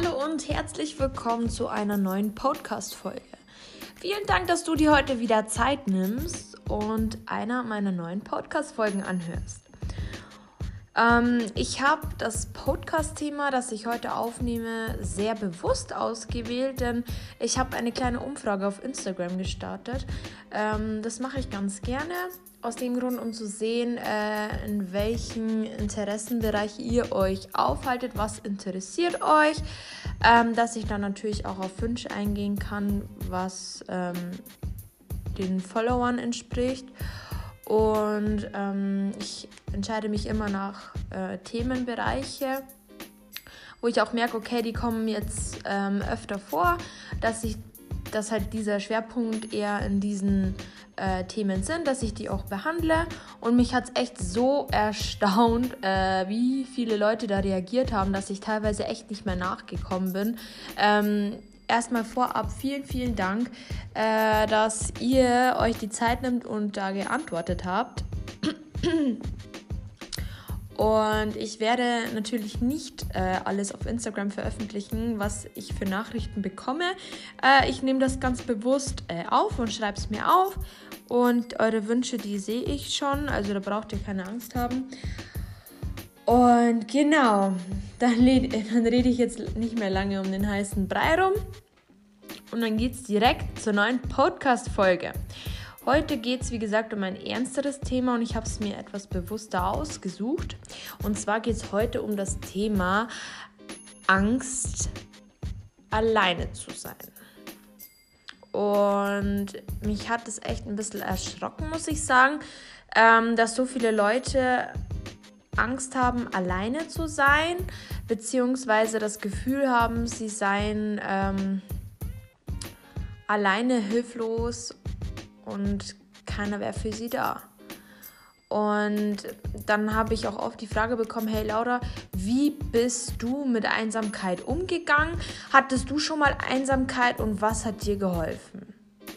Hallo und herzlich willkommen zu einer neuen Podcast-Folge. Vielen Dank, dass du dir heute wieder Zeit nimmst und einer meiner neuen Podcast-Folgen anhörst. Ich habe das Podcast-Thema, das ich heute aufnehme, sehr bewusst ausgewählt, denn ich habe eine kleine Umfrage auf Instagram gestartet. Das mache ich ganz gerne, aus dem Grund, um zu sehen, in welchem Interessenbereich ihr euch aufhaltet, was interessiert euch, dass ich dann natürlich auch auf Wünsche eingehen kann, was den Followern entspricht. Und ich entscheide mich immer nach Themenbereiche, wo ich auch merke, okay, die kommen jetzt öfter vor, dass halt dieser Schwerpunkt eher in diesen Themen sind, dass ich die auch behandle. Und mich hat es echt so erstaunt, wie viele Leute da reagiert haben, dass ich teilweise echt nicht mehr nachgekommen bin. Erstmal vorab vielen, vielen Dank, dass ihr euch die Zeit nimmt und da geantwortet habt. Und ich werde natürlich nicht alles auf Instagram veröffentlichen, was ich für Nachrichten bekomme. Ich nehme das ganz bewusst auf und schreibe es mir auf. Und eure Wünsche, die sehe ich schon, also da braucht ihr keine Angst haben. Und genau, dann rede ich jetzt nicht mehr lange um den heißen Brei rum. Und dann geht es direkt zur neuen Podcast-Folge. Heute geht es, wie gesagt, um ein ernsteres Thema und ich habe es mir etwas bewusster ausgesucht. Und zwar geht es heute um das Thema Angst, alleine zu sein. Und mich hat es echt ein bisschen erschrocken, muss ich sagen, dass so viele Leute Angst haben, alleine zu sein, beziehungsweise das Gefühl haben, sie seien alleine hilflos und keiner wäre für sie da. Und dann habe ich auch oft die Frage bekommen, hey Laura, wie bist du mit Einsamkeit umgegangen? Hattest du schon mal Einsamkeit und was hat dir geholfen?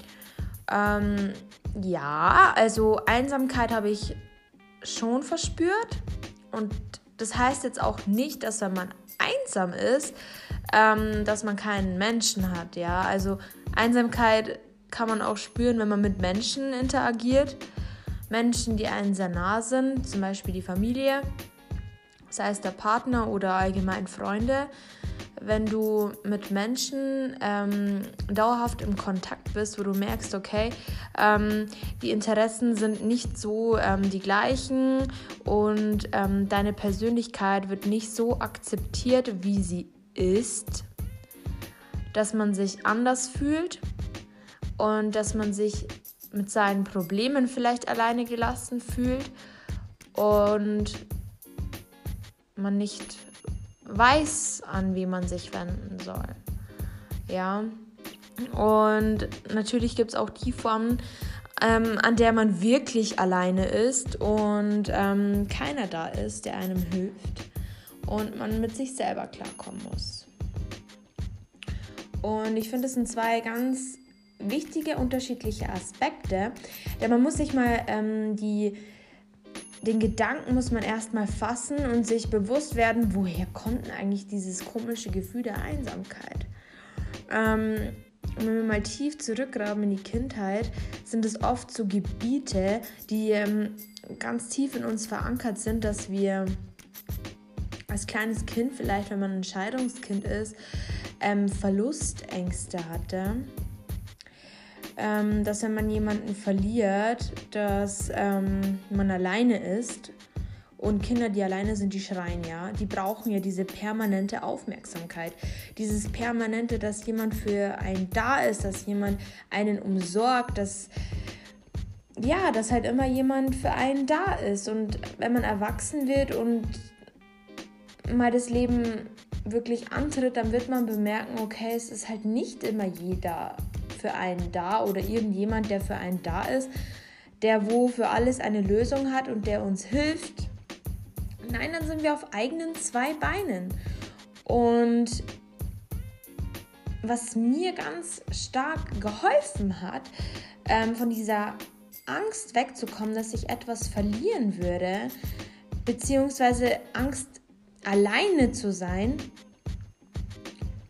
Ja, also Einsamkeit habe ich schon verspürt und das heißt jetzt auch nicht, dass wenn man einsam ist, dass man keinen Menschen hat, ja. Also Einsamkeit kann man auch spüren, wenn man mit Menschen interagiert. Menschen, die einem sehr nah sind, zum Beispiel die Familie, sei es der Partner oder allgemein Freunde. Wenn du mit Menschen dauerhaft im Kontakt bist, wo du merkst, okay, die Interessen sind nicht so die gleichen und deine Persönlichkeit wird nicht so akzeptiert, wie sie ist, dass man sich anders fühlt und dass man sich mit seinen Problemen vielleicht alleine gelassen fühlt und man nicht weiß, an wen man sich wenden soll. Ja, und natürlich gibt es auch die Formen, an der man wirklich alleine ist und keiner da ist, der einem hilft und man mit sich selber klarkommen muss. Und ich finde, es sind zwei ganz wichtige, unterschiedliche Aspekte, denn man muss sich mal den Gedanken muss man erstmal fassen und sich bewusst werden, woher kommt denn eigentlich dieses komische Gefühl der Einsamkeit? Und wenn wir mal tief zurückgraben in die Kindheit, sind es oft so Gebiete, die ganz tief in uns verankert sind, dass wir als kleines Kind, vielleicht wenn man ein Scheidungskind ist, Verlustängste hatte. Dass wenn man jemanden verliert, dass man alleine ist und Kinder, die alleine sind, die schreien, ja, die brauchen ja diese permanente Aufmerksamkeit, dieses permanente, dass jemand für einen da ist, dass jemand einen umsorgt, dass halt immer jemand für einen da ist. Und wenn man erwachsen wird und mal das Leben wirklich antritt, dann wird man bemerken, okay, es ist halt nicht immer jeder für einen da oder irgendjemand, der für einen da ist, der wo für alles eine Lösung hat und der uns hilft. Nein, dann sind wir auf eigenen zwei Beinen. Und was mir ganz stark geholfen hat, von dieser Angst wegzukommen, dass ich etwas verlieren würde, beziehungsweise Angst, alleine zu sein,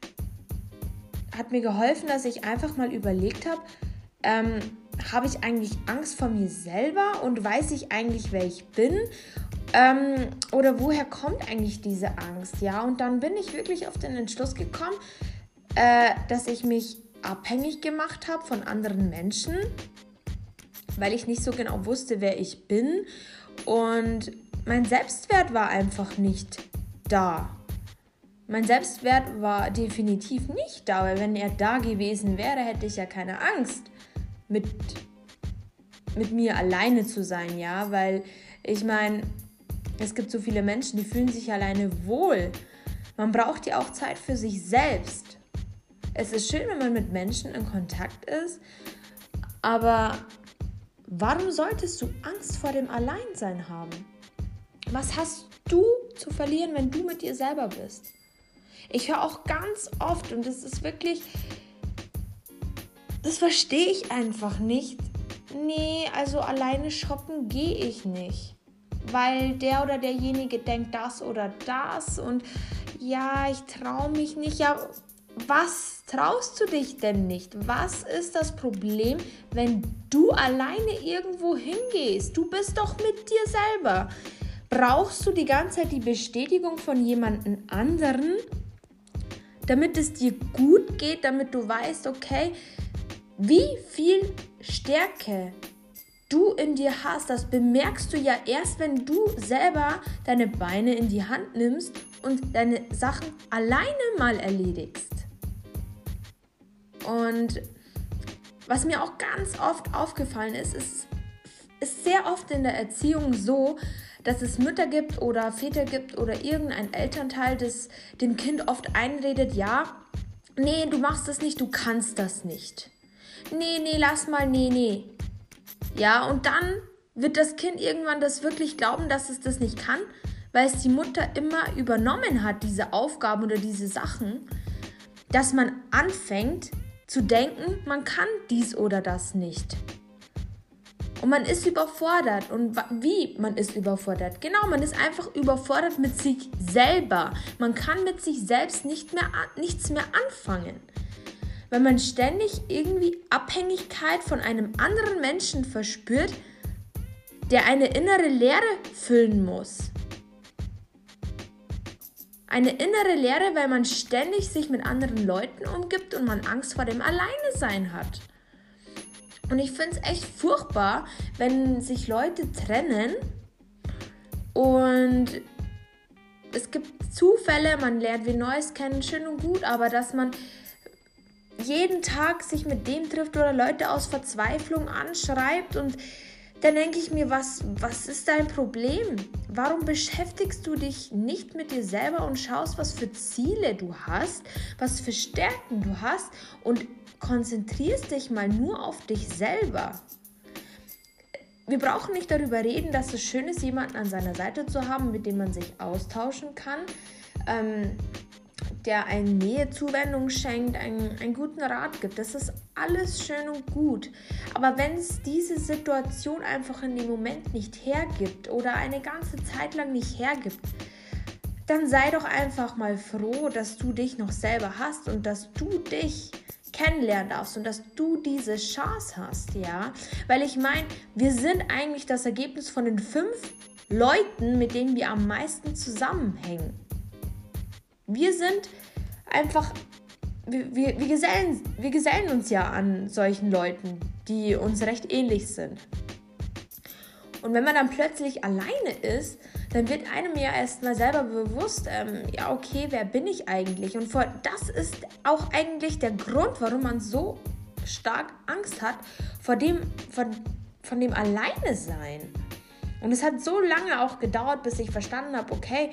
hat mir geholfen, dass ich einfach mal überlegt habe, habe ich eigentlich Angst vor mir selber und weiß ich eigentlich, wer ich bin? Oder woher kommt eigentlich diese Angst? Ja, und dann bin ich wirklich auf den Entschluss gekommen, dass ich mich abhängig gemacht habe von anderen Menschen, weil ich nicht so genau wusste, wer ich bin. Und mein Selbstwert war einfach nicht da. Mein Selbstwert war definitiv nicht da, weil wenn er da gewesen wäre, hätte ich ja keine Angst, mit mir alleine zu sein, ja, weil ich meine, es gibt so viele Menschen, die fühlen sich alleine wohl. Man braucht ja auch Zeit für sich selbst. Es ist schön, wenn man mit Menschen in Kontakt ist, aber warum solltest du Angst vor dem Alleinsein haben? Was hast du zu verlieren, wenn du mit dir selber bist? Ich höre auch ganz oft, und das ist wirklich, das verstehe ich einfach nicht. Nee, also alleine shoppen gehe ich nicht, weil der oder derjenige denkt das oder das und ja, ich traue mich nicht. Ja, was traust du dich denn nicht? Was ist das Problem, wenn du alleine irgendwo hingehst? Du bist doch mit dir selber. Brauchst du die ganze Zeit die Bestätigung von jemandem anderen, damit es dir gut geht, damit du weißt, okay, wie viel Stärke du in dir hast, das bemerkst du ja erst, wenn du selber deine Beine in die Hand nimmst und deine Sachen alleine mal erledigst. Und was mir auch ganz oft aufgefallen ist sehr oft in der Erziehung so, dass es Mütter gibt oder Väter gibt oder irgendein Elternteil, das dem Kind oft einredet, ja, nee, du machst das nicht, du kannst das nicht. Nee, lass mal, nee. Ja, und dann wird das Kind irgendwann das wirklich glauben, dass es das nicht kann, weil es die Mutter immer übernommen hat, diese Aufgaben oder diese Sachen, dass man anfängt zu denken, man kann dies oder das nicht. Und man ist überfordert. Und wie man ist überfordert? Genau, man ist einfach überfordert mit sich selber. Man kann mit sich selbst nichts mehr anfangen. Weil man ständig irgendwie Abhängigkeit von einem anderen Menschen verspürt, der eine innere Leere füllen muss. Eine innere Leere, weil man ständig sich mit anderen Leuten umgibt und man Angst vor dem Alleinesein hat. Und ich finde es echt furchtbar, wenn sich Leute trennen und es gibt Zufälle, man lernt wie Neues kennen, schön und gut, aber dass man jeden Tag sich mit dem trifft oder Leute aus Verzweiflung anschreibt und dann denke ich mir, was ist dein Problem? Warum beschäftigst du dich nicht mit dir selber und schaust, was für Ziele du hast, was für Stärken du hast und konzentrierst dich mal nur auf dich selber? Wir brauchen nicht darüber reden, dass es schön ist, jemanden an seiner Seite zu haben, mit dem man sich austauschen kann, der eine Nähe, Zuwendung schenkt, einen guten Rat gibt. Das ist alles schön und gut. Aber wenn es diese Situation einfach in dem Moment nicht hergibt oder eine ganze Zeit lang nicht hergibt, dann sei doch einfach mal froh, dass du dich noch selber hast und dass du dich kennenlernen darfst und dass du diese Chance hast, ja. Weil ich meine, wir sind eigentlich das Ergebnis von den 5 Leuten, mit denen wir am meisten zusammenhängen. Wir sind einfach, wir gesellen uns ja an solchen Leuten, die uns recht ähnlich sind. Und wenn man dann plötzlich alleine ist, dann wird einem ja erstmal selber bewusst, ja okay, wer bin ich eigentlich? Und das ist auch eigentlich der Grund, warum man so stark Angst hat von dem Alleine-Sein. Und es hat so lange auch gedauert, bis ich verstanden habe, okay,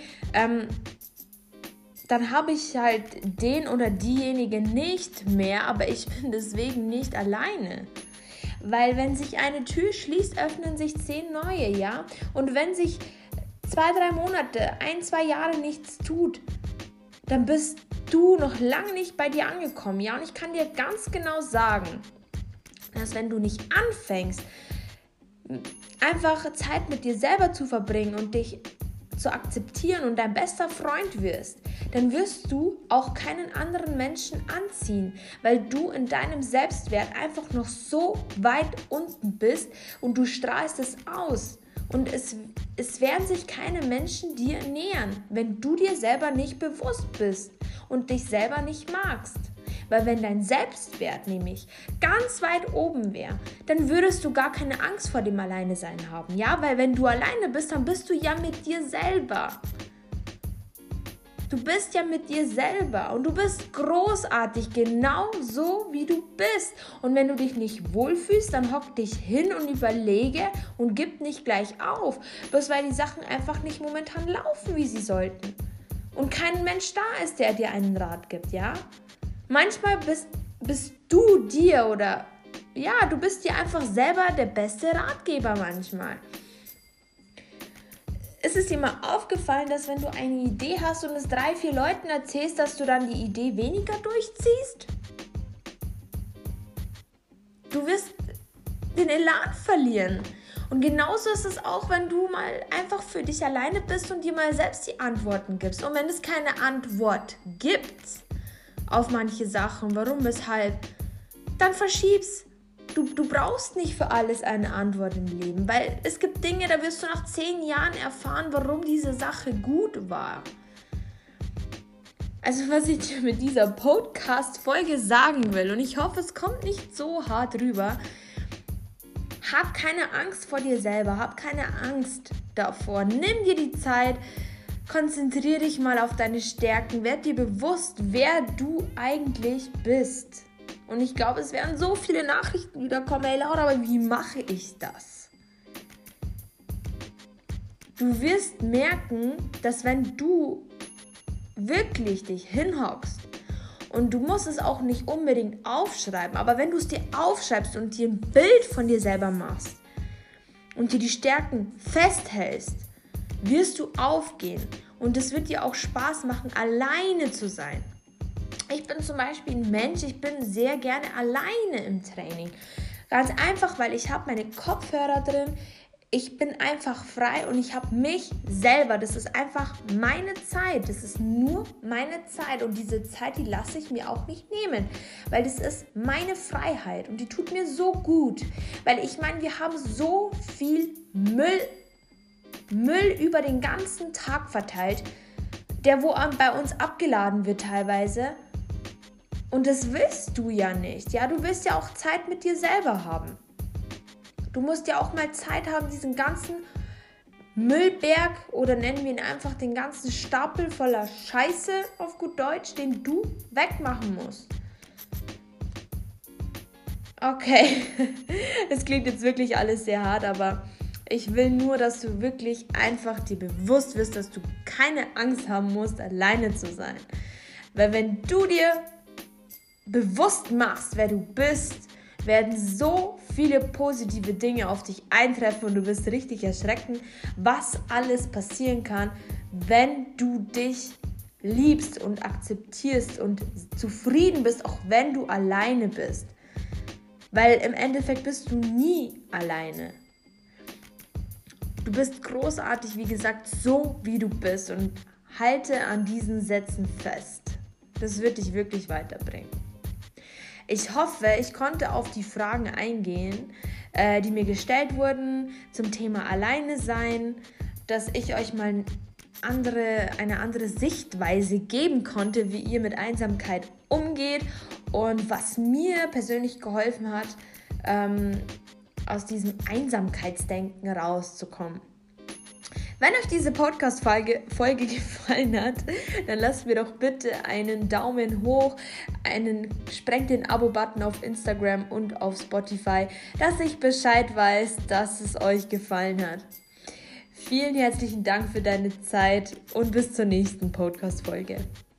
dann habe ich halt den oder diejenige nicht mehr, aber ich bin deswegen nicht alleine. Weil wenn sich eine Tür schließt, öffnen sich 10 neue, ja? Und wenn sich 2-3 Monate, 1-2 Jahre nichts tut, dann bist du noch lange nicht bei dir angekommen, ja? Und ich kann dir ganz genau sagen, dass wenn du nicht anfängst, einfach Zeit mit dir selber zu verbringen und dich zu akzeptieren und dein bester Freund wirst, dann wirst du auch keinen anderen Menschen anziehen, weil du in deinem Selbstwert einfach noch so weit unten bist und du strahlst es aus. Und es werden sich keine Menschen dir nähern, wenn du dir selber nicht bewusst bist und dich selber nicht magst. Weil wenn dein Selbstwert nämlich ganz weit oben wäre, dann würdest du gar keine Angst vor dem Alleinesein haben. Ja, weil wenn du alleine bist, dann bist du ja mit dir selber. Du bist ja mit dir selber und du bist großartig, genau so wie du bist. Und wenn du dich nicht wohlfühlst, dann hock dich hin und überlege und gib nicht gleich auf. Bloß weil die Sachen einfach nicht momentan laufen, wie sie sollten. Und kein Mensch da ist, der dir einen Rat gibt, ja? Manchmal bist du dir oder ja, du bist dir einfach selber der beste Ratgeber manchmal. Ist es dir mal aufgefallen, dass wenn du eine Idee hast und es 3-4 Leuten erzählst, dass du dann die Idee weniger durchziehst? Du wirst den Elan verlieren. Und genauso ist es auch, wenn du mal einfach für dich alleine bist und dir mal selbst die Antworten gibst. Und wenn es keine Antwort gibt auf manche Sachen, warum, weshalb, dann verschieb's. Du brauchst nicht für alles eine Antwort im Leben, weil es gibt Dinge, da wirst du nach 10 Jahren erfahren, warum diese Sache gut war. Also was ich dir mit dieser Podcast-Folge sagen will, und ich hoffe, es kommt nicht so hart rüber, hab keine Angst vor dir selber, hab keine Angst davor. Nimm dir die Zeit, konzentriere dich mal auf deine Stärken, werd dir bewusst, wer du eigentlich bist. Und ich glaube, es werden so viele Nachrichten wieder kommen, hey Laura, aber wie mache ich das? Du wirst merken, dass wenn du wirklich dich hinhockst, und du musst es auch nicht unbedingt aufschreiben, aber wenn du es dir aufschreibst und dir ein Bild von dir selber machst und dir die Stärken festhältst, wirst du aufgehen. Und es wird dir auch Spaß machen, alleine zu sein. Ich bin zum Beispiel ein Mensch, ich bin sehr gerne alleine im Training. Ganz einfach, weil ich habe meine Kopfhörer drin, ich bin einfach frei und ich habe mich selber. Das ist einfach meine Zeit, das ist nur meine Zeit und diese Zeit, die lasse ich mir auch nicht nehmen, weil das ist meine Freiheit und die tut mir so gut. Weil ich meine, wir haben so viel Müll über den ganzen Tag verteilt, der wo bei uns abgeladen wird teilweise. Und das willst du ja nicht. Ja, du willst ja auch Zeit mit dir selber haben. Du musst ja auch mal Zeit haben, diesen ganzen Müllberg oder nennen wir ihn einfach den ganzen Stapel voller Scheiße auf gut Deutsch, den du wegmachen musst. Okay, es klingt jetzt wirklich alles sehr hart, aber ich will nur, dass du wirklich einfach dir bewusst wirst, dass du keine Angst haben musst, alleine zu sein. Weil wenn du dir bewusst machst, wer du bist, werden so viele positive Dinge auf dich eintreffen und du wirst richtig erschrecken, was alles passieren kann, wenn du dich liebst und akzeptierst und zufrieden bist, auch wenn du alleine bist. Weil im Endeffekt bist du nie alleine. Du bist großartig, wie gesagt, so wie du bist und halte an diesen Sätzen fest. Das wird dich wirklich weiterbringen. Ich hoffe, ich konnte auf die Fragen eingehen, die mir gestellt wurden zum Thema Alleine sein, dass ich euch mal eine andere Sichtweise geben konnte, wie ihr mit Einsamkeit umgeht und was mir persönlich geholfen hat, aus diesem Einsamkeitsdenken rauszukommen. Wenn euch diese Podcast-Folge gefallen hat, dann lasst mir doch bitte einen Daumen hoch, sprengt den Abo-Button auf Instagram und auf Spotify, dass ich Bescheid weiß, dass es euch gefallen hat. Vielen herzlichen Dank für deine Zeit und bis zur nächsten Podcast-Folge.